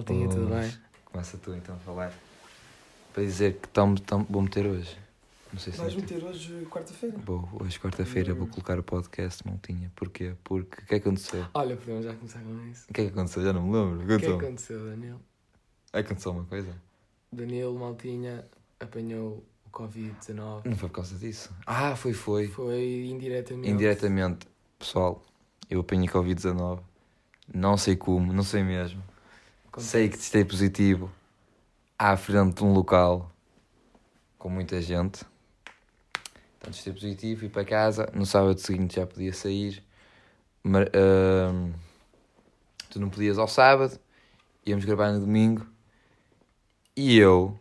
maltinha, tudo bem? Começa tu então a falar. Para dizer que vou meter hoje. Não sei se Vais meter hoje quarta-feira? Hoje quarta-feira vou colocar o podcast, maltinha. Porquê? Porque o que é que aconteceu? Olha, podemos já começar com isso. O que é que aconteceu? Já não me lembro. O que é que aconteceu, Danilo? Aconteceu uma coisa? Danilo, maltinha, apanhou o Covid-19. Não foi por causa disso? Foi. Foi indiretamente. Indiretamente. Pessoal, eu apanhei Covid-19. Não sei como, não sei mesmo. Acontece. Sei que testei positivo à frente de um local com muita gente. Então testei positivo, fui para casa. No sábado seguinte já podia sair. Mas, tu não podias ao sábado. Íamos gravar no domingo. E eu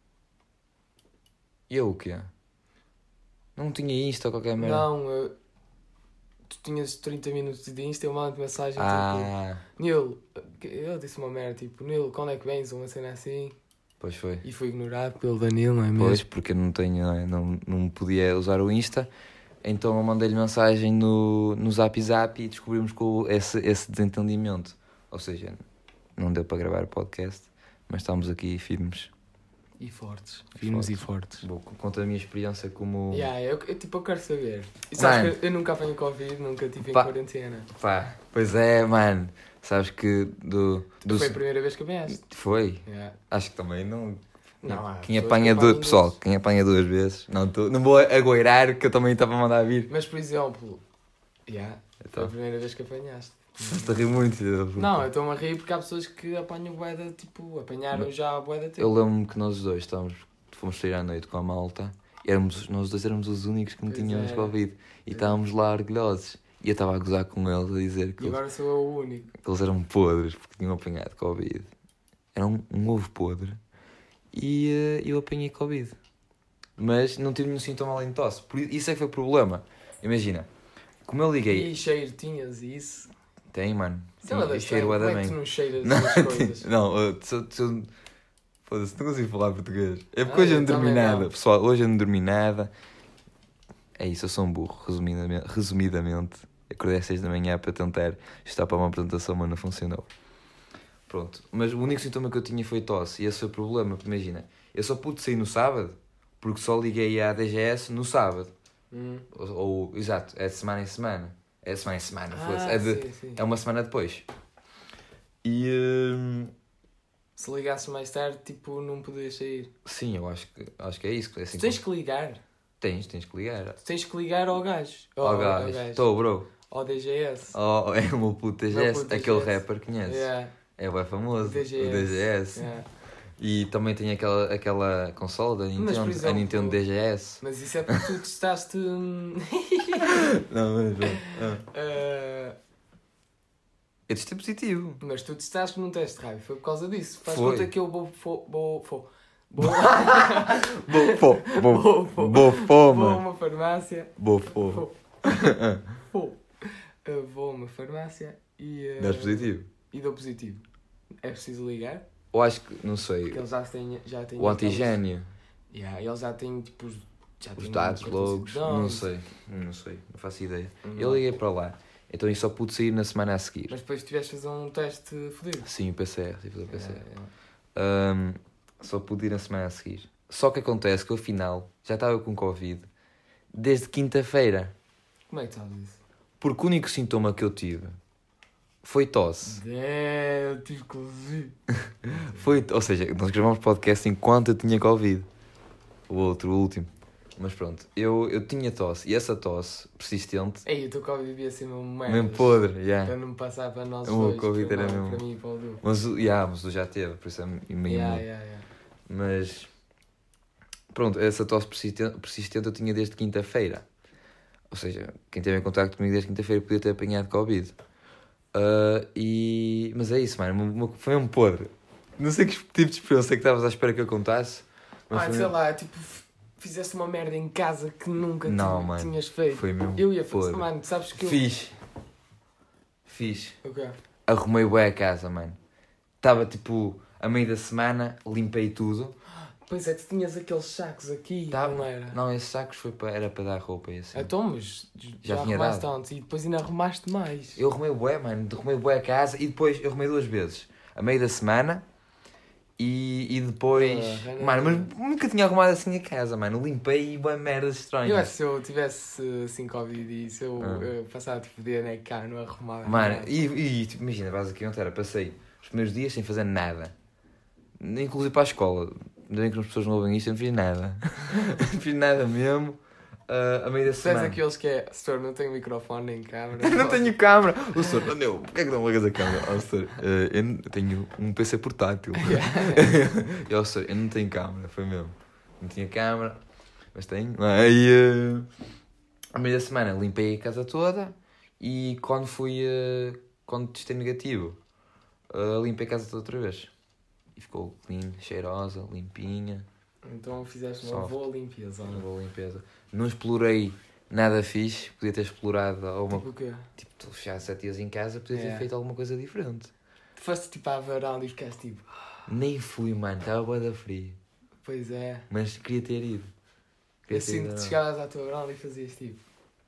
o quê? Não tinha Insta ou qualquer merda? Não, tu tinhas 30 minutos de Insta e eu mando mensagem tipo... Nilo, eu disse uma merda, tipo, Nilo, quando é que vens? Uma cena assim. Pois foi. E fui ignorado pelo Danilo, não é mesmo? Pois, porque eu não tenho, não podia usar o Insta. Então eu mandei-lhe mensagem no Zap e descobrimos com esse desentendimento. Ou seja, não deu para gravar o podcast, mas estamos aqui firmes. E fortes. Firmes e fortes. Vou contar a minha experiência como... Eu quero saber. E sabes que eu nunca apanhei Covid, nunca estive em quarentena. Pois é, mano. Sabes que Foi a primeira vez que apanhaste. Foi? Yeah. Acho que também não... Quem apanha duas vezes. Não vou agoirar que eu também estava a mandar vir. Mas, por exemplo... Foi a primeira vez que apanhaste. Estás a rir muito. Não, eu estou-me a rir porque há pessoas que apanham boeda, tipo, apanharam já a boeda tempo. Eu lembro-me que nós dois fomos sair à noite com a malta. Nós dois éramos os únicos que não tínhamos Covid. E estávamos lá orgulhosos. E eu estava a gozar com eles, a dizer que agora sou eu o único. Que eles eram podres porque tinham apanhado Covid. Era um ovo podre. E eu apanhei Covid. Mas não tive nenhum sintoma além de tosse. Isso é que foi o problema. Imagina, como eu liguei... E cheiro tinhas e isso? Tem, mano. E cheiro a da mãe. Como é que tu não cheiras as coisas? Foda-se, não consigo falar português. É porque hoje eu não dormi nada. Não. Pessoal, hoje eu não dormi nada. É isso, eu sou um burro, resumidamente. Acordei às 6 da manhã para tentar estar para uma apresentação, mas não funcionou. Pronto. Mas o único sintoma que eu tinha foi tosse. E esse foi o problema. Imagina, eu só pude sair no sábado porque só liguei à DGS no sábado. Exato, é de semana em semana. É de semana em semana, foda-se. Sim. É uma semana depois. E... Se ligasse mais tarde, tipo, não podias sair. Sim, eu acho que é isso. É assim tens que ligar. Tens que ligar. Tens que ligar ao gajo. Ao gajo. Estou, bro. Ao DGS. É o meu puto DGS. Aquele rapper conhece. Yeah. É bem famoso. DGS. O DGS. Yeah. E também tem aquela consola da Nintendo. Mas, por exemplo, a Nintendo DGS. Mas isso é porque tu testaste... Não, mas... Eu testei positivo. Mas tu testaste num teste rápido. Foi por causa disso. Faz Foi. conta que eu vou a uma farmácia. Vou a uma farmácia e... Dás positivo? E dou positivo. É preciso ligar? Eu acho que, não sei... Porque eles já têm o antigénio. Eles já têm, tipo... Os dados, logos... Não sei. Não faço ideia. Eu liguei para lá. Então eu só pude sair na semana a seguir. Mas depois tiveste a fazer um teste fodido. Sim, o PCR. Tive o PCR. Só pude ir na semana a seguir. Só que acontece que, afinal, já estava com Covid desde quinta-feira. Como é que sabes isso? Porque o único sintoma que eu tive foi tosse. Eu tive Covid. Ou seja, nós gravamos podcast enquanto eu tinha Covid. O último. Mas pronto, eu tinha tosse. E essa tosse persistente... Ei, o teu Covid devia ser mesmo merda. Mesmo podre, já. Para não passar para nós O dois. Covid era mesmo... Para mim e para o Du. Mas o já teve, por isso é meio... Mas... Pronto, essa tosse persistente eu tinha desde quinta-feira. Ou seja, quem teve em contacto comigo desde quinta-feira podia ter apanhado Covid. Mas é isso, mano. Foi mesmo podre. Não sei que tipo de experiência que estavas à espera que eu contasse. Mas sei lá, tipo... Fizeste uma merda em casa que nunca tinhas feito. Foi mesmo. Eu ia fazer. Mano, sabes que eu... Fiz. O quê? Arrumei bué a casa, mano. Estava tipo, a meio da semana, limpei tudo. Pois é, tu tinhas aqueles sacos aqui, não era? Não, esses sacos era para dar roupa e assim. Então, mas já arrumaste tanto e depois ainda arrumaste mais. Eu arrumei bué, mano. Arrumei bué a casa e depois eu arrumei 2 vezes. a meio da semana. E depois... mano, mas nunca tinha arrumado assim a casa, mano. Limpei e boa merdas estranhas. Eu acho que se eu tivesse assim Covid e se eu passava tipo dia na cá, não arrumava mano, nada. E tipo, imagina, basicamente era, passei os primeiros dias sem fazer nada. Inclusive para a escola. Ainda bem que as pessoas não ouvem isto, eu não fiz nada. Não fiz nada mesmo. A meio da semana. Tu és aqueles que é, senhor, não tenho microfone nem câmera. Não tenho câmera. O senhor, não, porquê é que não ligas a câmera? Oh, senhor, eu tenho um PC portátil. E o senhor, eu não tenho câmera, foi mesmo. Não tinha câmera, mas tenho. Aí, a meio da semana, limpei a casa toda e quando quando testei negativo, limpei a casa toda outra vez. E ficou clean, cheirosa, limpinha. Então fizeste uma boa limpeza. Uma boa limpeza. Não explorei nada fixe, podia ter explorado alguma... Tipo o quê? Tipo, tu fechar 7 dias em casa, podia ter feito alguma coisa diferente. Tu foste tipo à varanda e ficaste tipo... Nem fui, mano, estava bué da frio. Pois é. Mas queria ter ido. Eu sinto que chegavas à tua varanda e fazias tipo...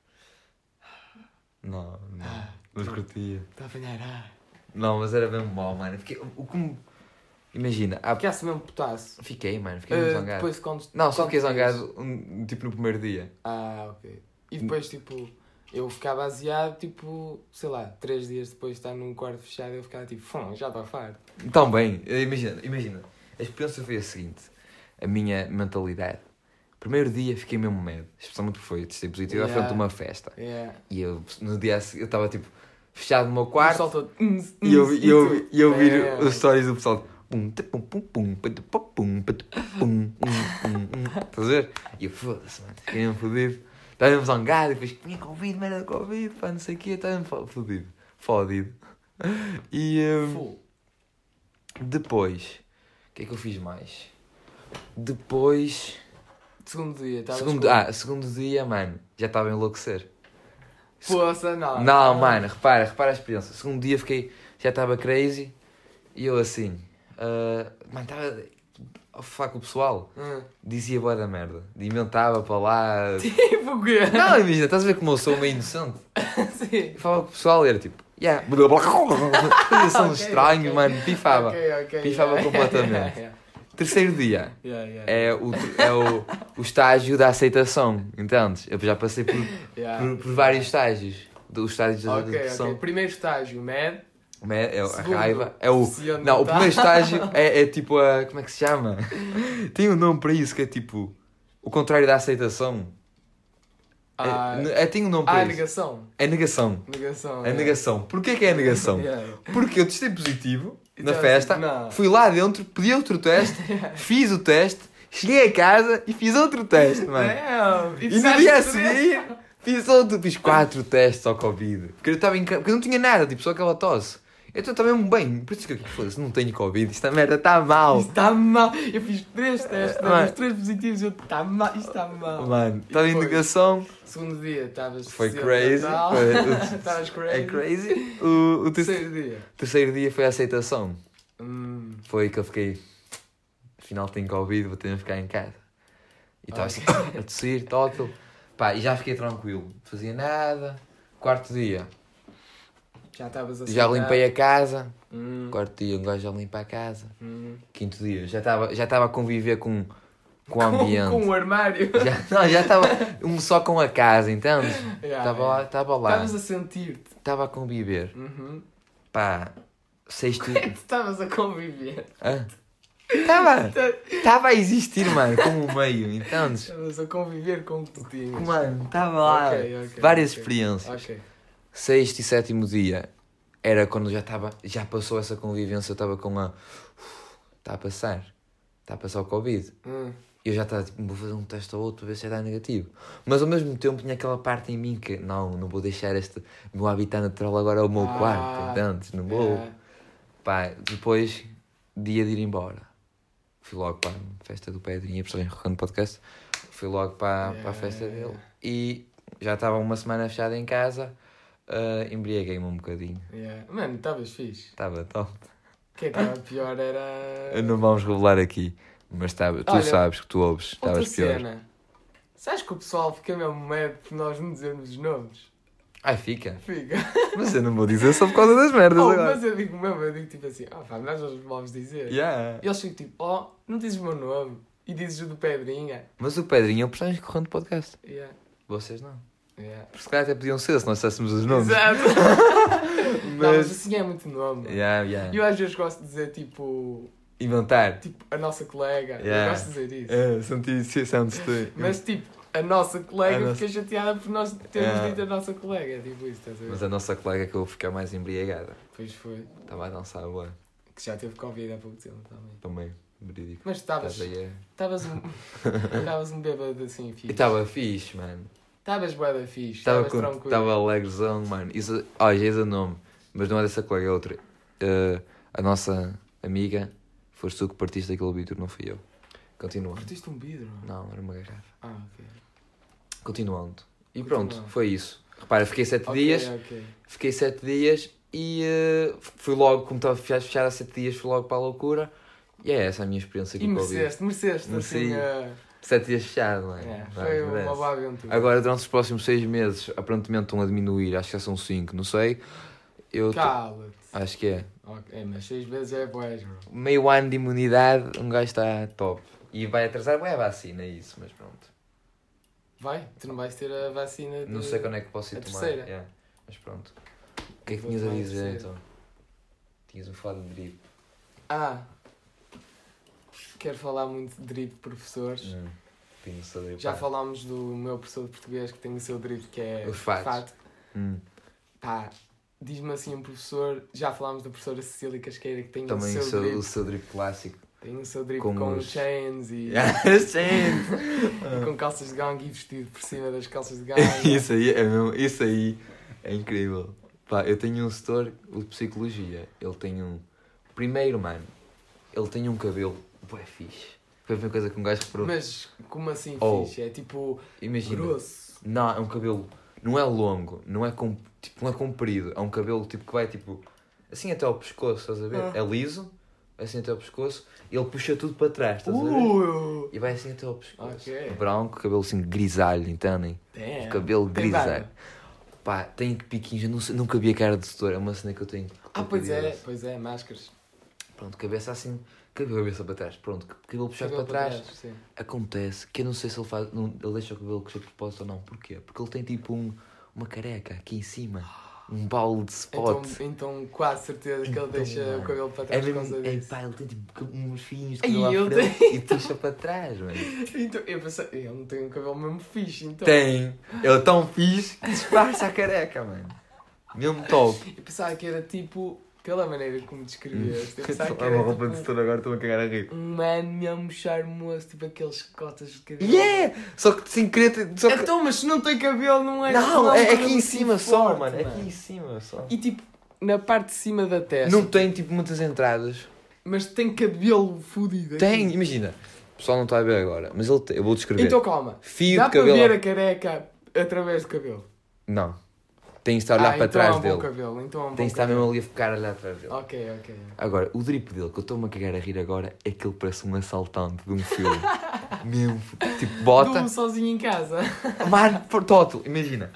Não. Mas curtia. Está a apanhar Não, mas era mesmo mal, mano. Fiquei... Imagina, ficaste mesmo putaço. Fiquei muito zangado. Depois quando... Não, só fiquei zangado tipo no primeiro dia. Ok. E depois tipo, eu ficava aziado tipo, sei lá, 3 dias depois de estar num quarto fechado, eu ficava tipo, já está farto. Tão bem, imagina, a experiência foi a seguinte, a minha mentalidade. Primeiro dia fiquei mesmo medo, especialmente porque foi testei positivo à frente de uma festa. E eu, no dia seguinte, eu estava tipo, fechado no meu quarto, todo... e eu ouvir os stories do pessoal. Estás a ver? E eu, foda-se, mano, fiquei mesmo fodido. Estava mesmo zangado, e depois tinha Covid, merda de Covid, pá, não sei o quê, estava mesmo fodido. E depois, o que é que eu fiz mais? Depois... Segundo dia, segundo dia, mano, já estava a enlouquecer. Poça, não. Não, mano, repara a experiência. Segundo dia já estava crazy, e eu assim... mano, estava a falar com o pessoal, dizia bué da merda, inventava para lá. Tipo o quê? Não, imagina, estás a ver como eu sou meio inocente? Sim. Falava com o pessoal e era tipo, são estranhos, mano, pifava. Pifava completamente. Terceiro dia é o estágio da aceitação, entendes? Eu já passei por vários estágios. Os estágios da aceitação. Primeiro estágio, A raiva. Não, o primeiro estágio é tipo a... Como é que se chama? Tem um nome para isso que é tipo... O contrário da aceitação. Tem um nome para isso. Negação. É negação. É negação. Porquê que é negação? Porque eu testei positivo na festa, fui lá dentro, pedi outro teste, fiz o teste, cheguei a casa e fiz outro teste, mano. E no dia a seguir... Fiz 4 testes ao Covid. Porque eu estava porque eu não tinha nada, tipo, só aquela tosse. Então está mesmo bem. Por isso que eu foda-se, não tenho Covid. Esta merda está mal. Isto está mal. Eu fiz 3 testes, os 3 positivos. Isto está mal. Mano, estava em negação. Segundo dia estavas... Foi crazy. Estavas crazy. É crazy. O terceiro dia foi a aceitação. Foi que eu fiquei... Afinal tenho Covid, vou ter de ficar em casa. E estava assim, a tossir, tótil. Pá, e já fiquei tranquilo. Não fazia nada. Quarto dia. Já limpei a casa. Quarto dia, um gajo já limpa a casa. Quinto dia, já estava a conviver com o ambiente. Com o armário. Já estava só com a casa, entendes? Estava lá. Estavas a sentir-te. Estava a conviver. Pá, sexto... Estavas a conviver. Estava a existir, mano, como um meio, entendes? Estavas a conviver com o que tu tinhas. Mano, estava lá. Várias experiências. Sexto e sétimo dia era quando já passou essa convivência, eu estava com a... Está a passar o Covid. E eu já estava tipo, vou fazer um teste ou outro para ver se dá negativo. Mas ao mesmo tempo tinha aquela parte em mim que não vou deixar o meu habitat natural agora é o meu quarto, entendes? Não vou. Pá, depois, dia de ir embora. Fui logo para a festa do Pedrinho, por estar no podcast. Fui logo para a festa dele. E já estava uma semana fechada em casa. Embriaguei-me um bocadinho. Mano, estavas fixe. Estava top. O que estava pior era... Não vamos revelar aqui, mas tu sabes que tu ouves. Estavas pior. Sabes que o pessoal fica mesmo medo por nós não dizermos os nomes? Ai, fica. Fica. Mas eu não vou dizer só por causa das merdas agora. Mas eu digo mesmo, eu digo tipo assim, pá, nós vamos dizer. Yeah. E eles ficam tipo, não dizes o meu nome. E dizes o do Pedrinha. Mas o Pedrinho é o personagem recorrente do podcast. Yeah. Vocês não. Yeah. Por se calhar até podiam ser se nós dissessemos os nomes. Exato. Mas assim é muito nome. Yeah. Eu às vezes gosto de dizer tipo... Inventar. Tipo, a nossa colega. Yeah. Eu gosto de dizer isso. Senti sounds too. Mas tipo, a nossa colega A fica chateada por nós termos Yeah. dito a nossa colega. É tipo isso, estás a ver? Mas a nossa colega que eu vou ficar mais embriagada. Pois foi. Estava a dançar lá. Que já teve Covid há pouco tempo também. Também. Verídico. Mas estavas um bêbado assim E fixe. estava fixe, mano. Estavas bué fixe. Estavas tranquilo. Estava alegrezão, mano. Isso, já é o nome. Mas não é dessa colega, é outra. A nossa amiga, foste tu que partiste aquele vidro, não fui eu. Continuando. Partiste um vidro? Não, era uma garrafa. Ok. Continuando. E Continuando. pronto, foi isso. Repara, fiquei 7 Ok, dias. ok. Fiquei 7 dias e fui logo, como estava fechado há 7 dias, fui logo para a loucura. E é essa a minha experiência com E o Covid. mereceste Mereci. assim... 7 dias fechado, não é? É, Não, foi merece. uma boa aventura. Agora, durante os próximos 6 meses, aparentemente estão a diminuir, acho que já são 5, não sei. Cala-te. Acho que é. Ok, mas 6 vezes é bué, bro. Meio ano de imunidade, um gajo está top. E vai atrasar, é a vacina, é isso, mas pronto. Vai? Tu não vais ter a vacina de... Não sei quando é que posso ir a tomar. terceira? Yeah. Mas pronto. O que é que Vou tinhas a tomar a dizer terceira. então? Tinhas-me falado de drip. Quero falar muito de drip de professores. Tinha saber. Já falámos do meu professor de português que tem o seu drip que é Os fatos. fato. Pá, diz-me assim um professor, já falámos da professora Cecília Casqueira que tem Também o seu drip. o seu drip clássico. Tem o seu drip Com com os- chains e, Chains! e com calças de gangue e vestido por cima das calças de gangue. Isso aí é mesmo, isso aí é incrível. Pá, eu tenho um setor de psicologia. Ele tem um. Primeiro, mano, ele tem um cabelo bué fixe. Foi a primeira coisa que um gajo reparou. Mas como assim Oh. fixe? É tipo Imagina. grosso. Não, é um cabelo. Não é longo, não é, tipo, não é comprido. É um cabelo tipo, que vai tipo. Assim até ao pescoço, estás a ver? É liso, assim até ao pescoço. E ele puxa tudo para trás, estás a ver? E vai assim até ao pescoço. Ok. Branco, cabelo assim grisalho, entendem? Damn. Cabelo Tem grisalho. barba? Pá, tem piquinhos, eu não sei, nunca vi a cara de setor, é uma cena que eu tenho. Pois é, máscaras. Pronto, cabeça assim, cabeça para trás, pronto, cabelo puxado para trás. Sim. Acontece que eu não sei se ele faz, ele deixa o cabelo crescer de propósito ou não, porquê? Porque ele tem tipo uma careca aqui em cima, um baule de spot. Então quase certeza que ele deixa mano, o cabelo para É trás por mesmo, causa disso. pá, ele tem tipo uns fios de Ai, cabelo à ele frente e puxa para trás, mano. Então, eu pensei, ele não tem um cabelo mesmo fixe, então. Tem, ele é tão fixe que disfarça a careca, mano. Mesmo top. Eu pensava que era tipo, pela maneira como descrevias, eu pensava que É era uma roupa de tipo, setor agora, estou a cagar a rir. um mano mesmo charmoso, tipo aqueles cotas de cabelo. Yeah! Só que sem querer. Só que... Então, mas se não tem cabelo, não é. Não, um é aqui cabelo em assim cima só, forte, mano. É aqui em cima só. E tipo, na parte de cima da testa. Não tem tipo muitas entradas. Mas tem cabelo fodido. Tem, aqui. imagina. O pessoal não está a ver agora, mas ele tem, eu vou descrever. Então calma. Fio Dá de para cabelo. ver a careca através do cabelo? Não. Tem que estar a olhar para então trás é um bom dele. cabelo. Então é um bom Tem que estar cabelo. mesmo ali a ficar a olhar atrás dele. Ok. Agora, o drip dele, que eu estou-me a cagar a rir agora, é que ele parece um assaltante de um filme. Mesmo. Tipo, bota. Do sozinho em casa. Mano, tótil, imagina.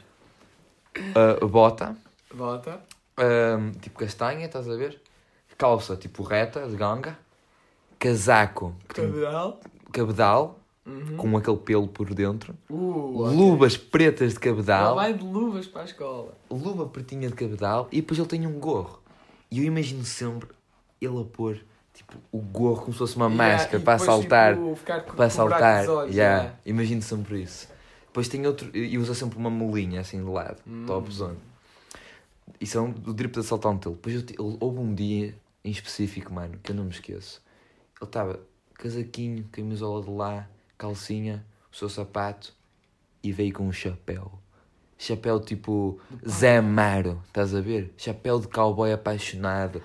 Bota. Bota. Tipo castanha, estás a ver? Calça tipo reta, de ganga. Casaco, Cabedal. cabedal, Uhum. com aquele pelo por dentro. Ok. Luvas pretas de Ele cabedal. vai de luvas para a escola. Luva pretinha de cabedal. E depois ele tem um gorro. E eu imagino sempre ele a pôr tipo, o gorro como se fosse uma máscara e para depois, saltar. tipo, ficar com Para com saltar. buracos nos olhos, Yeah. yeah. Imagino sempre isso. Depois tem outro. E usa sempre uma molinha assim de lado. Top zone. Isso é o drip de assaltante dele. Depois houve um dia em específico, mano, que eu não me esqueço. Ele estava casaquinho, camisola de lá, calcinha, o seu sapato e veio com um chapéu. Chapéu tipo Zé Amaro, estás a ver? Chapéu de cowboy apaixonado.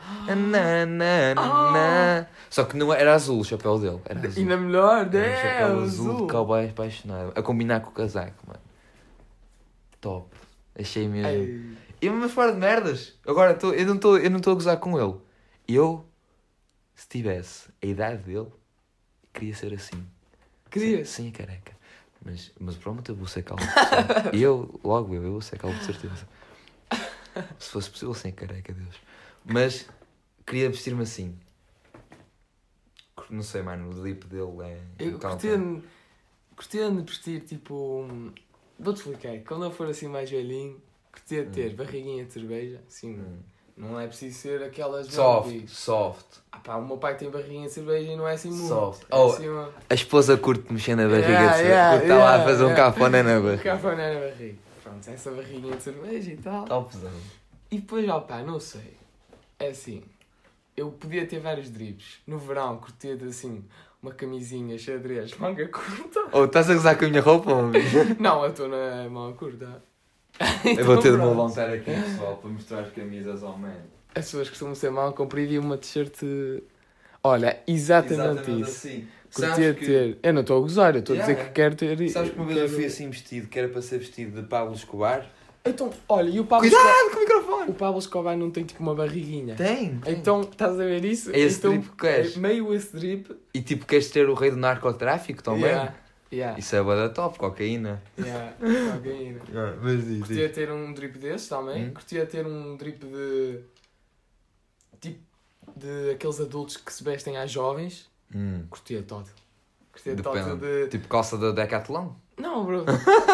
Só que não era azul o chapéu dele, era azul. Ainda melhor, Era um chapéu é azul de azul. cowboy apaixonado. A combinar com o casaco, mano. Top. Achei mesmo. Ei. Mas fora de merdas. Agora eu não estou a gozar com ele. Eu, se tivesse a idade dele, queria ser assim. Querias? Sem a careca. Mas pronto, eu vou ser calvo. Eu vou ser calvo de certeza. Se fosse possível, sem careca, Deus. Mas queria vestir-me assim. Não sei, mano, o drip dele é... Eu curtia de vestir, tipo... Vou-te explicar. Quando eu for assim mais velhinho, curtia de ter barriguinha de cerveja, assim... Não é preciso ser aquelas... Soft. Ah pá, o meu pai tem barriguinha de cerveja e não é assim muito. Soft. É assim uma... A esposa curte mexer na barriga de cerveja. Curte estar lá a fazer um cafoné na barriga. Um cafoné na barriga. Pronto, essa barriguinha de cerveja e tal. Topzão. E depois, pá, não sei. É assim... Eu podia ter vários dribles. No verão, curtia de assim, uma camisinha xadrez, manga curta. Estás a gozar com a minha roupa, homem? Não, eu estou na manga curta. Eu vou ter de me levantar aqui, pessoal, para mostrar as camisas ao man. As pessoas costumam ser manga comprida e uma t-shirt... Olha, exatamente isso. Assim. Curtia de ter. Eu não estou a gozar, eu estou a dizer que quero ter... Sabes que uma vez eu fui assim vestido, que era para ser vestido de Pablo Escobar? Então, olha, e o Pablo Cuidado com o microfone! O Pablo Escobar não tem tipo uma barriguinha. Tem. Então, estás a ver isso? É esse então, drip que queres. Meio esse drip. E tipo, queres ter o rei do narcotráfico também? Yeah. Isso é bué da top, cocaína. Cocaína. Mas diz. Curtia ter um drip desse também. Curtia ter um drip de... Tipo, de aqueles adultos que se vestem às jovens. Curtia todo. Curtia todo de... Tipo calça da Decathlon? Não, bro.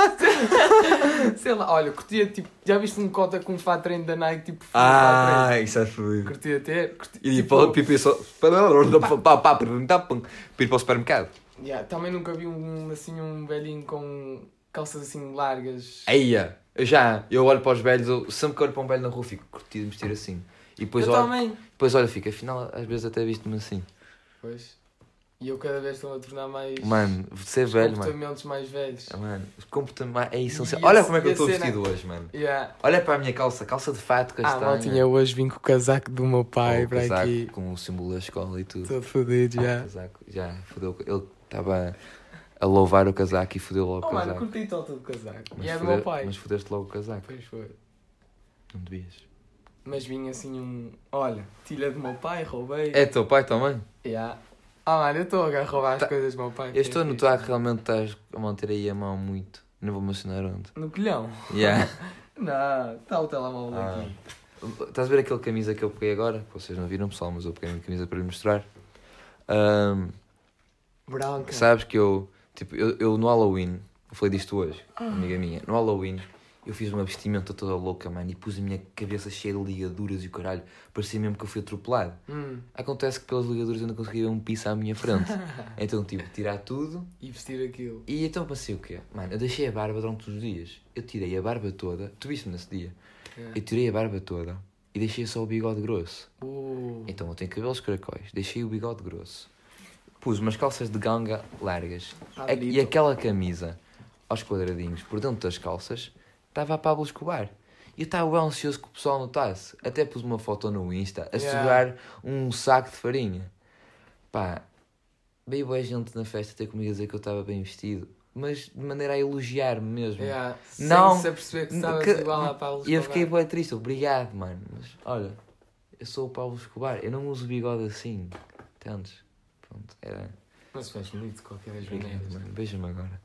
Sei lá, olha, curtia tipo... Já viste um cota com um fato treino da Nike tipo... Isso é fluido. Curtia ter... E tipo... Pipi só... Para ir para o supermercado. Também nunca vi um velhinho com calças assim largas. Eia! Eu olho para os velhos, sempre que olho para um velho na rua fico curtido de vestir assim. E depois depois olho, fico, afinal, às vezes até visto-me assim. Pois. E eu cada vez estou a tornar mais... Mano, ser velho, mano. Comportamentos mais velhos. Mano, os comportamentos é essencial. Olha como é que eu estou vestido hoje, mano. Olha para a minha calça de fato castanha. Tinha hoje vim com o casaco do meu pai para casaco, aqui. Com o símbolo da escola e tudo. Todo fodido, já. Casaco, já, fodeu. Ele estava a louvar o casaco e fodeu logo o casaco. Mano, curti todo o casaco. E é do meu pai. Mas fodeste logo o casaco. Pois foi. Não devias. Mas vinha assim Olha, tilha do meu pai, roubei. É teu pai também? Mano, eu estou a roubar as coisas do meu pai. Eu estou a notar que realmente estás a manter aí a mão muito. Não vou mencionar onde. No colhão? Não, está o telemóvel aqui. Estás a ver aquele camisa que eu peguei agora? Vocês não viram, pessoal, mas eu peguei uma camisa para lhe mostrar. Branca. Sabes que eu no Halloween, eu falei disto hoje, amiga minha, no Halloween eu fiz uma vestimenta toda louca, mano, e pus a minha cabeça cheia de ligaduras e o caralho, parecia mesmo que eu fui atropelado. Acontece que pelas ligaduras eu não conseguia ver um piso à minha frente. Então tive de tirar tudo e vestir aquilo. E então pensei o quê? Mano, eu deixei a barba durante os dias. Eu tirei a barba toda, tu viste-me nesse dia? Eu tirei a barba toda e deixei só o bigode grosso. Então eu tenho cabelos caracóis, deixei o bigode grosso. Pus umas calças de ganga largas e aquela camisa aos quadradinhos por dentro das calças estava a Pablo Escobar. E eu estava bem ansioso que o pessoal notasse. Até pus uma foto no Insta a segurar um saco de farinha. Pá, veio boa gente na festa ter comigo a dizer que eu estava bem vestido, mas de maneira a elogiar-me mesmo. Sem se perceber que estavas igual a Pablo Escobar. E eu fiquei bem triste. Obrigado, mano. Mas olha, eu sou o Pablo Escobar. Eu não uso bigode assim. Entendes? Pronto, era... Mas faz bonito de qualquer das maneiras. Mano, beija-me agora.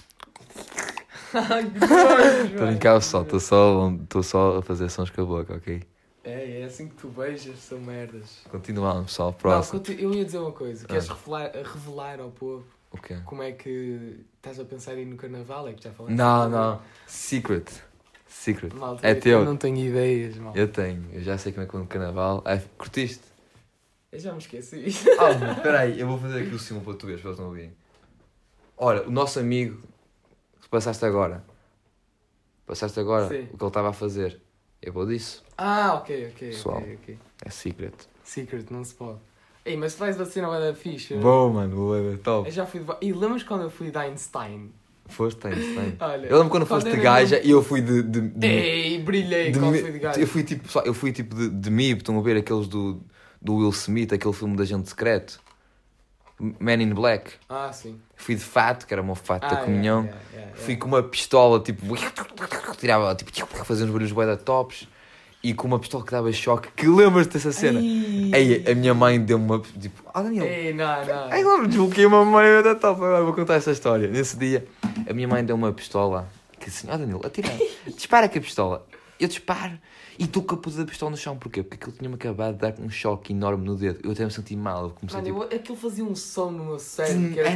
Ai, que nojo! Estou a brincar, pessoal. Estou só a fazer sons com a boca, ok? É assim que tu beijas, são merdas. Continuamos, pessoal. Próximo. Não, eu ia dizer uma coisa. Queres revelar ao povo o quê? Como é que estás a pensar aí no carnaval? É que já falaste? Não. Secret. Malta, é teu. Eu não tenho ideias, mal. Eu tenho. Eu já sei como é que vou no carnaval. Curtiste? Eu já me esqueci. Espera aí. Eu vou fazer aqui o símbolo português para eles não ouvirem. Olha, o nosso amigo que passaste agora. Sim. O que ele estava a fazer. Eu vou disso. Ok. Pessoal, ok. é secret. Secret, não se pode. Ei, mas tu vais vacinar uma da ficha. Bom, mano, é top. Eu já fui de... E lembras quando eu fui de Einstein? Foste Einstein. Olha, eu lembro quando foste de gaja e eu fui de... Ei, brilhei quando fui de gaja. Eu fui tipo de MIB, estão a ver aqueles do Will Smith, aquele filme da Agente Secreto. Man in Black. Sim. Fui de fato, que era o meu fato da comunhão. Fui com uma pistola, tipo... Tirava, tipo... Fazia uns barulhos bué da tops. E com uma pistola que dava choque. Que lembras-te dessa cena? Ei, a minha mãe deu-me uma... Tipo... Daniel... Ei, não. Ai, eu desbloqueei uma memória da top. Agora vou contar essa história. Nesse dia, a minha mãe deu uma pistola. Que assim... Daniel, atira. Dispara com a pistola. Eu disparo e estou com a puta da pistola no chão. Porquê? Porque aquilo tinha-me acabado de dar um choque enorme no dedo. Eu até me senti mal. Eu comecei, Mano, aquilo fazia um som no meu cérebro que era...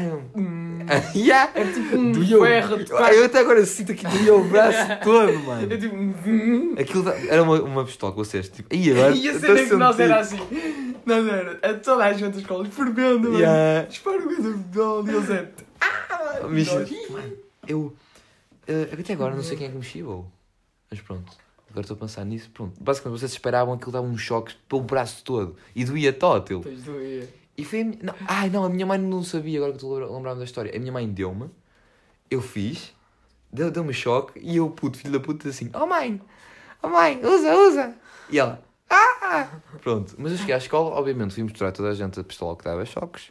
Era tipo um ferro de tocar. Eu até agora sinto aqui doía o braço todo, mano. Eu tipo... Aquilo era uma pistola que vocês, tipo... E agora? E a cena é que nós era assim. Nós era toda a gente da escola fervendo, mano. Dispara o gado e eles é... Mano, eu até agora não sei quem é que me chibou. Mas pronto, agora estou a pensar nisso. Pronto, basicamente vocês esperavam que aquilo dava um choque pelo braço todo e doía tótil. Pois doía. E foi a minha... Não, a minha mãe não sabia, agora que estou a lembrar-me da história. A minha mãe deu-me, eu fiz, deu-me choque e eu, filho da puta, assim, oh mãe, usa. E ela, Pronto, mas eu cheguei à escola, obviamente fui mostrar a toda a gente a pistola que dava choques.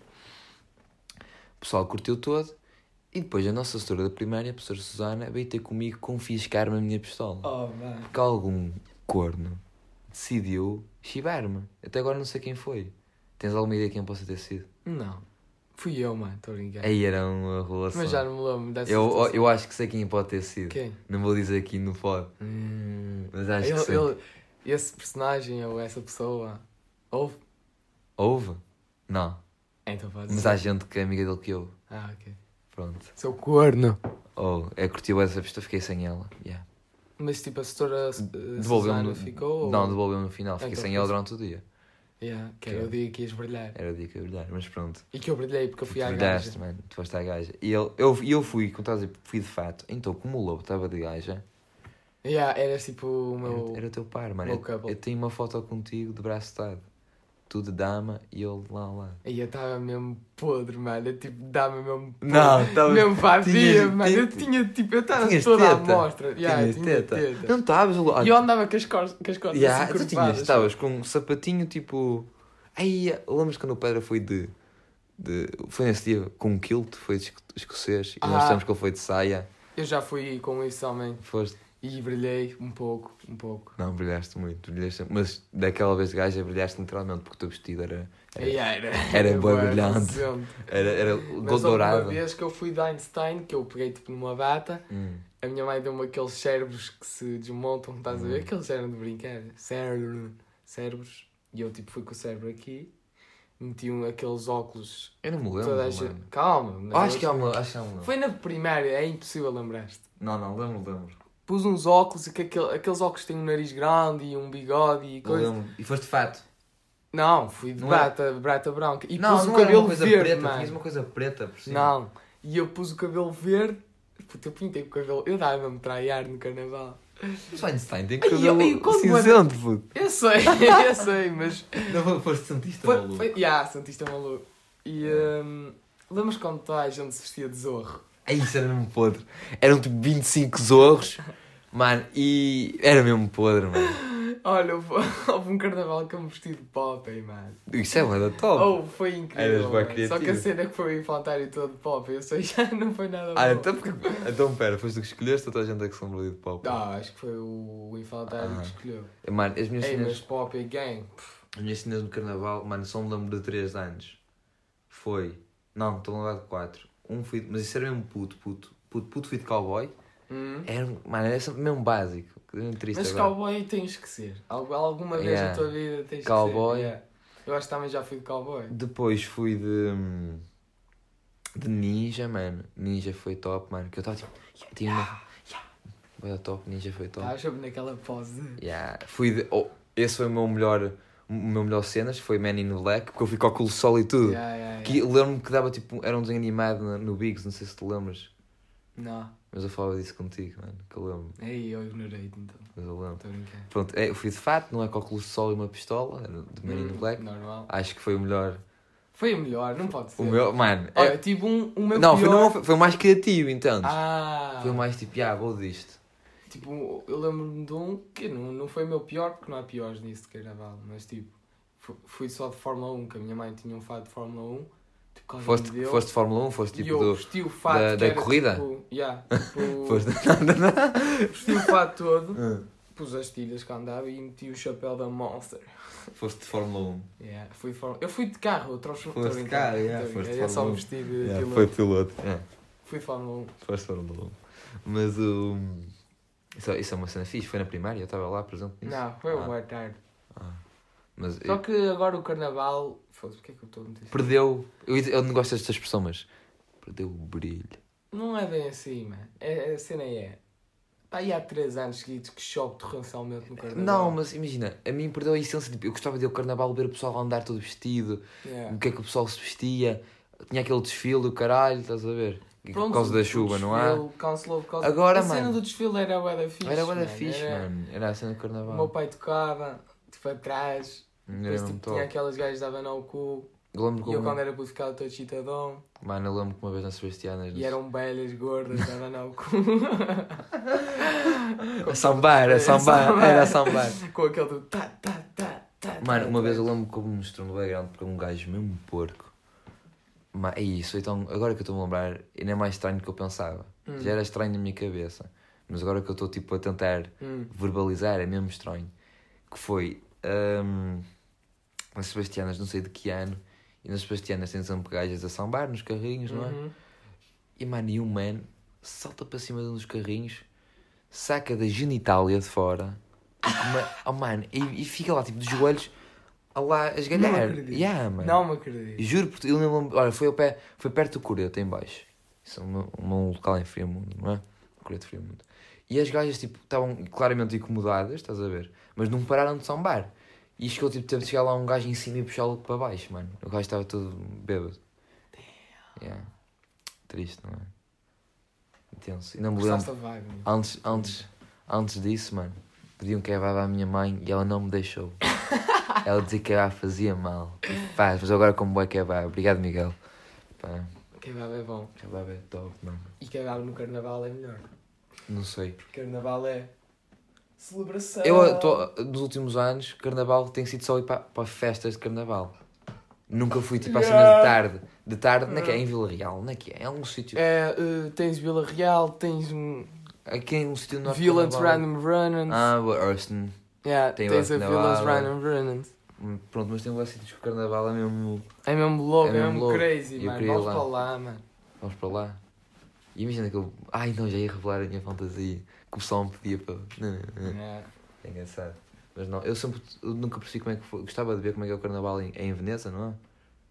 O pessoal curtiu todo. E depois a nossa assessora da primária, a professora Susana, veio ter comigo confiscar-me a minha pistola. Porque algum corno decidiu chibar-me. Até agora não sei quem foi. Tens alguma ideia de quem possa ter sido? Não. Fui eu, mano. Estou a brincar. Aí era uma relação. Mas já não me lembro dessa eu acho que sei quem pode ter sido. Quem? Não vou dizer aqui no pod. Mas acho que sei. Esse personagem ou essa pessoa... Houve? Houve? Não. Então pode ser. Mas há gente que é amiga dele que eu. Ok. Pronto. Seu corno. Curtiu essa pistola, fiquei sem ela. Yeah. Mas tipo a assessora Devolveu-me ficou? Não, devolveu-me no final. Fiquei Então, sem ela durante o dia. Que era o dia que ias brilhar. Era o dia que eu ia brilhar, mas pronto. E que eu brilhei porque eu fui à gaja. Brilhaste, mano. Tu foste à gaja. E eu fui, como estás a dizer, fui de fato. Então, como o lobo estava de gaja... Eras tipo o meu... Era o teu par, mano. Eu tenho uma foto contigo de braço dado. Tu de dama e ele lá. E eu estava mesmo podre, mano. Eu tipo, dama mesmo podre. Não, estava... Mesmo vazia, mano. Eu tinha tipo... Eu estava toda à mostra. Tinha teta. Não estavas... E eu andava com as costas assim tu tinhas, estavas com um sapatinho tipo... Aí, lembras quando o Pedro foi foi nesse dia com um kilt, foi de escocês. E nós sabemos que ele foi de saia. Eu já fui com isso também. Foste... E brilhei um pouco. Não, brilhaste muito. Mas daquela vez de gaja brilhaste literalmente, porque o teu vestido era bem brilhante. Era dourado. Uma vez que eu fui de Einstein, que eu peguei tipo numa bata, a minha mãe deu-me aqueles cérebros que se desmontam, estás a ver? Aqueles eram de brincar. Cérebros. E eu tipo fui com o cérebro aqui, meti aqueles óculos. Eu não me lembro, Calma. Acho que é uma... Foi na primária, é impossível lembrar-te. Não, lembro. Pus uns óculos e que aqueles óculos têm um nariz grande e um bigode e coisa. E foste de fato? Não, fui de bata branca. E pus o cabelo coisa verde, preta, mano. tinhas uma coisa preta por cima. Não, e eu pus o cabelo verde. Puta, eu pintei o cabelo. Eu dava-me traiar no carnaval. Mas Einstein tem cabelo cinzento, puto. Eu sei, mas... Não foste santista maluco. Santista maluco. E lembras quando toda a gente se vestia de zorro? Isso era mesmo podre. Eram tipo 25 zorros, mano, e era mesmo podre, mano. Olha, houve um carnaval que eu me vesti de Popeye, mano. Isso é uma da top. Foi incrível. Só que a cena que foi o infantário todo de Popeye, eu sei, já não foi nada bom. Então pera, foste tu que escolheste ou toda a gente é que se lembrou de Popeye? Acho que foi o infantário que escolheu. Mano, as minhas cenas... mas Popeye Gang. As minhas cenas no carnaval, mano, só me lembro de 3 anos. Não, estou a lembrar de 4. Mas isso era mesmo puto fui de cowboy. Era mesmo básico. Mas agora. Cowboy tens que ser. Alguma vez na tua vida tens cowboy. Que ser. Eu acho que também já fui de cowboy. Depois fui de ninja, mano. Ninja foi top, mano. Que eu estava tipo... Foi top, ninja foi top. Estava naquela pose. Esse foi o meu melhor cenas, foi Man in Black, porque eu fui com o sol e tudo. Lembro-me que dava tipo... Era um desenho animado no Biggs, não sei se te lembras. Não. Mas eu falava disso contigo, mano, que eu lembro. Eu ignorei-te então. Mas eu lembro. Estou a brincar. Pronto, eu fui de fato, não é com óculos de sol e uma pistola, era de Man in Black. Normal. Acho que foi o melhor. Foi o melhor, não pode ser. O meu, mano... Olha, tive o meu não, pior... foi o mais criativo, então. Foi o mais tipo, vou disto. Tipo, eu lembro-me de um que não foi o meu pior, porque não há piores nisso de carnaval, mas tipo, fui só de Fórmula 1, que a minha mãe tinha um fato de Fórmula 1. Tipo, foste de Fórmula 1? Foste tipo eu vesti o fato da corrida? Tipo, foste... Vesti o fato todo, pus as tilhas que andava e meti o chapéu da Monster. Foste de Fórmula 1? Eu fui de carro, eu trouxe Foste de carro, foste de Fórmula 1. Só vesti de piloto. Foi piloto. Fui de Fórmula 1. Foste de Fórmula 1. Mas o... Isso é uma cena fixe. Foi na primária? Eu estava lá presente nisso? Não, foi uma tarde. Mas Só que agora o carnaval... Foda-se, porque é que eu estou a meter isso? perdeu... Eu não gosto desta expressão, mas... Perdeu o brilho. Não é bem assim, mano. A cena é... Pá, aí há 3 anos seguidos que chove torrencialmente no carnaval. Não, mas imagina, a mim perdeu a essência. Tipo, eu gostava de ir ao carnaval ver o pessoal andar todo vestido. Yeah. O que é que o pessoal se vestia. Tinha aquele desfile do caralho, estás a ver? Pronto, por causa da chuva, não há? Cancelou por causa... Agora, a cena mano... do desfile era bué da fixe. Era bué da mano. fixe, Era- mano. Era a cena do carnaval. O meu pai tocava, tipo, atrás. Era Depois mesmo tipo, tinha top. aquelas gajas que davam ao cu. Eu lembro E eu que quando era puto ficava todo chitadão. Mano, eu lembro que uma vez nas Sebastianas... E eram velhas, gordas, davam ao cu. A sambar, era a sambar. Com aquele do tá, tá, tá, tá. Mano, tá, uma tá. vez eu lembro que houve um estrondo bem grande porque um gajo mesmo porco. Mas é isso, então agora que eu estou a lembrar, ainda é mais estranho do que eu pensava. Já era estranho na minha cabeça. Mas agora que eu estou tipo a tentar verbalizar, é mesmo estranho. Que foi nas Sebastianas, não sei de que ano, e nas Sebastianas tem sempre gajas a sambar nos carrinhos, não é? E mano, e um man salta para cima de um dos carrinhos, saca da genitália de fora oh, mano, e fica lá tipo de joelhos a lá a esgalhar. Não acredito. Yeah, mano. Não me acredito. Juro por eu não lembro. Olha, foi perto do Coreto, em baixo. Isso é um local em Friamundo, não é? Coreto, Friamundo. E as gajas tipo estavam claramente incomodadas, estás a ver? Mas não pararam de sambar. E chegou tipo, teve de chegar lá um gajo em cima e puxá-lo para baixo, mano. O gajo estava todo bêbado. Yeah. Triste, não é? Intenso. E não me lembro. Gostaste da vibe, meu? Antes disso, mano, pedi um kebab à minha mãe e ela não me deixou. Ela dizia que kebab fazia mal. E faz, mas agora como bom kebab. Obrigado, Miguel. Pá, Kebab é bom. kebab é top, mano. E kebab no carnaval é melhor. Não sei. Carnaval é celebração. Nos últimos anos, carnaval tem sido só ir para festas de carnaval. Nunca fui tipo à cena de tarde. De tarde, não é que é? Em Vila Real, não é que é? É um sítio. Tens Vila Real, tens Aqui é um sítio no Village Random Runnings. o Hurston. Yeah, tem tens a Carnaval. Village Random Runnings. Pronto, mas tem lá sítios que o carnaval é mesmo. É mesmo louco, É é mesmo mesmo louco. crazy, Eu mano. queria ir Vamos lá. para lá, mano. Vamos para lá. E imagina que eu. Ai não, já ia revelar a minha fantasia. Que o pessoal me pedia para. Yeah. É engraçado. Mas não, eu nunca percebi como é que foi. Gostava de ver como é que é o carnaval em Veneza, não é?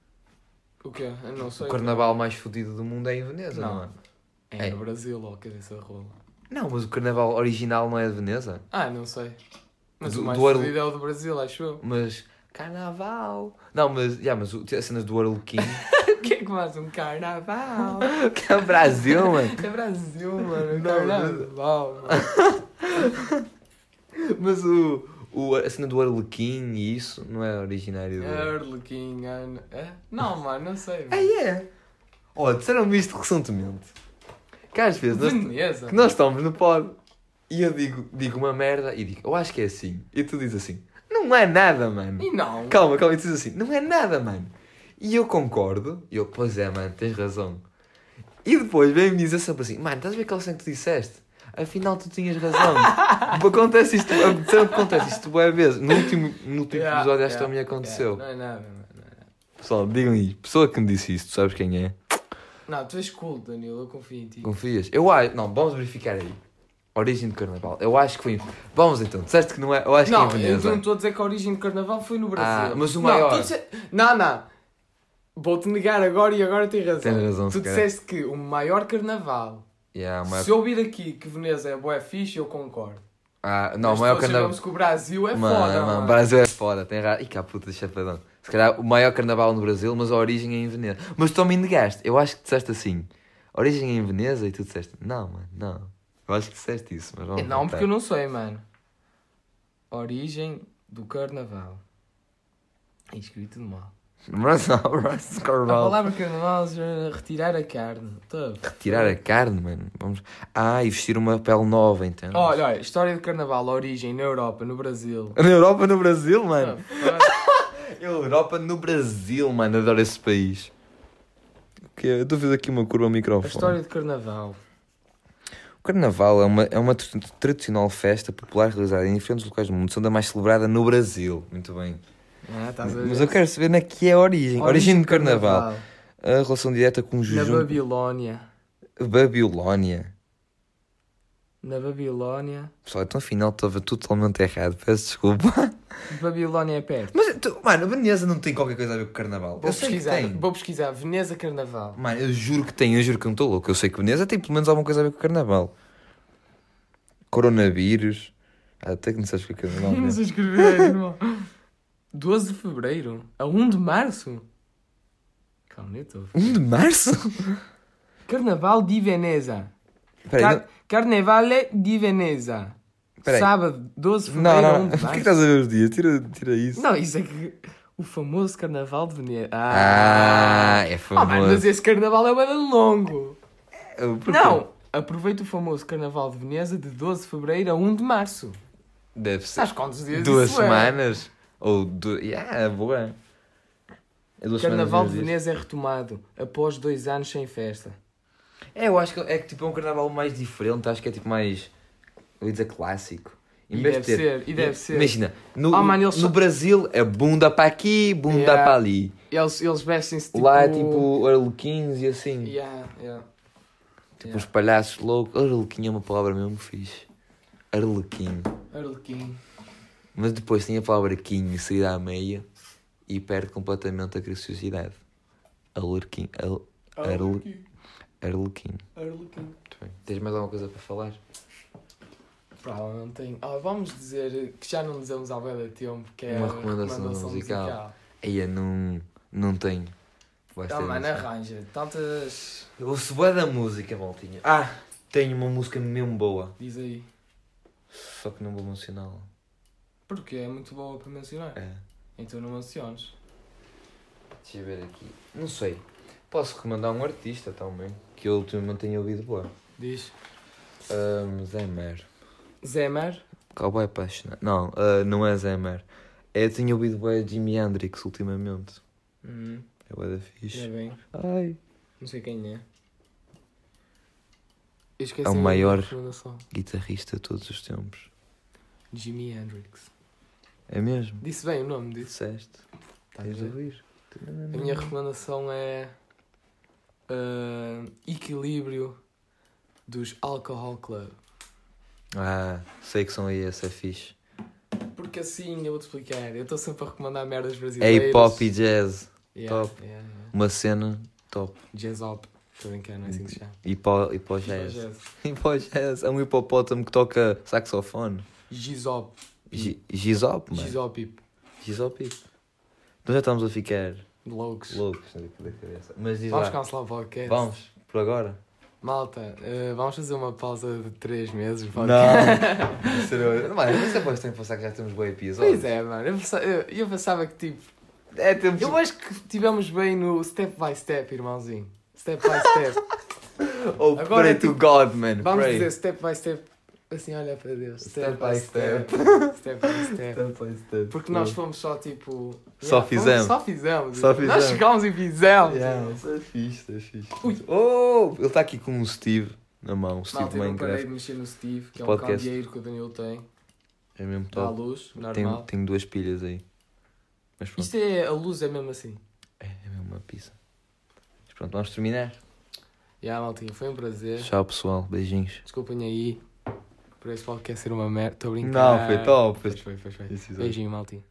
O quê? Eu não sei. O carnaval mais fodido do mundo é em Veneza, não, Não. é? É no Brasil, ó, cabeça rola. Não, mas o carnaval original não é de Veneza. Não sei. Mas Do- o mais do Ar- fodido é o do Brasil, acho eu. Mas. Carnaval! Não, mas. Mas as cenas do Arlequim. O que é que faz um carnaval? que é o Brasil, mano. É Brasil, mano. Não, Carnaval, mano. Mas a cena do Arlequim e isso não é originário do. Arlequim, Não, mano, não sei. Mano. É? Oh, disseram-me isto recentemente. Que às vezes Veneza. que nós estamos no pod e eu digo uma merda e digo, eu acho que é assim. E tu dizes assim, não é nada, mano. E não. Calma, e tu dizes assim, não é nada, mano. E eu concordo, e eu, pois é, mano, tens razão. E depois vem-me dizer sempre assim, mano, estás a ver aquela cena que tu disseste? Afinal, tu tinhas razão. Acontece isto, acontece isto boa vez. No último episódio, acho que também aconteceu. Não é nada, mano. Não é nada. Pessoal, digam aí, pessoa que me disse isto, tu sabes quem é? Não, tu és cool, Danilo, eu confio em ti. Confias? Eu acho. Não, vamos verificar aí. Origem do carnaval. Eu acho que foi. Vamos então, disseste que não é. Eu acho Não, que é em eu Veneza. não estou a dizer que a origem do carnaval foi no Brasil. Mas o maior. Não. Vou-te negar agora e agora tens razão. Tens razão, Tu se calhar. disseste que o maior carnaval. Yeah, maior... Se eu ouvir aqui que Veneza é bué fixe, eu concordo. Não, o maior carnaval. Sabemos que o Brasil é Mano, foda, mano, mano. o Brasil é foda, tem errado. Ih, cá puta de chafadão. Se calhar o maior carnaval no Brasil, mas a origem é em Veneza. Mas tu me negaste. Eu acho que disseste assim. Origem é em Veneza e tu disseste. Não, mano, não. Eu acho que disseste isso, mas vamos Não, tentar. porque eu não sei, mano. Origem do carnaval. É escrito de mal. A Carnaval. palavra carnaval é retirar a carne. Retirar a carne, mano. Vamos... e vestir uma pele nova, então. Olha, história do carnaval, origem na Europa, no Brasil. Na Europa, no Brasil, mano. Ah, Europa no Brasil, mano. Adoro esse país. Eu estou a fazer aqui uma curva ao a microfone. história do carnaval. O Carnaval é uma tradicional festa popular realizada em diferentes locais do mundo, sendo a mais celebrada no Brasil. Muito bem. Estás a ver? Mas eu quero saber na que é a origem. Origem do Carnaval. A relação direta com o Na jejum... Babilónia. Babilónia. Na Babilónia. Pessoal, então afinal estava totalmente errado. Peço desculpa. Babilónia é perto. Mas, mano, a Veneza não tem qualquer coisa a ver com o carnaval. Vou Eu sei que pesquisar. tem. Vou pesquisar. Veneza Carnaval. Mano, eu juro que tem. Eu juro que não estou louco. Eu sei que Veneza tem pelo menos alguma coisa a ver com o carnaval. Coronavírus. Até que não sabes o que é carnaval. Não sei escrever, irmão. 12 de Fevereiro. A 1 de Março. Calma, eu estou. 1 de março? Carnaval di Veneza. Peraí, Carnevale di Veneza. Peraí. Sábado, 12 de não, Fevereiro a 1 não. de Porquê Março. que estás a ver os dias? Tira isso. Não, isso é que... O famoso Carnaval de Veneza. É famoso. mano, mas esse Carnaval é bem longo. Porquê? Não, aproveita o famoso Carnaval de Veneza de 12 de Fevereiro a 1 de Março. Deve ser. Sabes quantos dias 2 isso é? semanas. Ou boa. É 2 Carnaval de semanas. Veneza é retomado após 2 anos sem festa. Eu acho que é que tipo, é um carnaval mais diferente. Acho que é tipo mais. Eu ia dizer clássico. Em E vez deve de ter- ser, e deve ser. Imagina, no, mano, eles no só- Brasil é bunda para aqui, bunda Yeah. para ali. Eles vestem-se tipo... Lá é tipo arlequins e assim. Yeah. Tipo os palhaços loucos. Arlequim é uma palavra mesmo fixe. Arlequim. Arlequim. Mas depois tem a palavra quinho sair à meia e perde completamente a graciosidade. Arlequim. Arlequim. Arlequim. Muito bem. Tens mais alguma coisa para falar? Provavelmente tenho. Vamos dizer que já não dizemos há bem tempo, que é Uma a recomendação musical. Aí não tenho. Vais ter Mano, noção. arranja. Tantas... Eu ouço bué da música, maltinha. Tenho uma música mesmo boa. Diz aí. Só que não vou mencioná-la. Porque é muito boa para mencionar. É. Então não menciones. Deixa eu ver aqui. Não sei. Posso recomendar um artista também. Que eu ultimamente tenho ouvido boa. Diz. Zé Mer. Zé Mar. Cowboy apaixonado. Não, não é Zé Mer. Eu tenho ouvido bué Jimi Hendrix ultimamente. É bué da É fixe. bem. Ai. Não sei quem é. Eu esqueci É o a maior recomendação. guitarrista de todos os tempos. Jimi Hendrix. É mesmo? Disse bem o nome disso. Disseste. Tá a Tens de ver? ouvir. A minha recomendação é Equilíbrio dos Alcohol Club. Sei que são aí, esse é fixe. Porque assim, eu vou-te explicar. Eu estou sempre a recomendar merdas É brasileiras. hip hop e jazz. Yeah, top. yeah. Uma cena top. Jazz hop. Estou a brincar, não é assim que se chama. E para o jazz. Jazz. E para o jazz. É um hipopótamo que toca saxofone. Gizop. Gizop, mano. Gizop. Gizop. Então já estamos a ficar Loucos. loucos da cabeça. Mas diz Vamos lá. cancelar o podcast. Vamos, por agora. Malta, vamos fazer uma pausa de 3 meses. Não. Mano, mas depois tem que pensar que já temos bom episódio. Pois é, mano. Eu pensava que tipo... É, temos... Eu acho que estivemos bem no step by step, irmãozinho. Step by step. Oh, Agora pray é to tipo- God, man. Vamos pray. dizer step by step. Assim, olha para Deus. Step by step. Step by step. Step by step. Porque nós fomos só tipo... Só fizemos. Só fizemos. Só Nós fizemos. chegámos e fizemos. Isso é fixe, isso é fixe. Ui. Oh, ele está aqui com um Steve na mão. Steve Malta, eu não parei Minecraft. de mexer no Steve, que é um Podcast. candeeiro que o Danilo tem. É mesmo Dá a top. luz, normal. Tenho 2 pilhas aí. Mas pronto. Isto é... A luz é mesmo assim. É mesmo uma pizza. Mas pronto, vamos terminar. Maltinha, foi um prazer. Tchau, pessoal. Beijinhos. Desculpem aí por esse podcast ser uma merda. Estou a brincar. Não, foi top. Foi. Esse episódio. Beijinho, maltinha.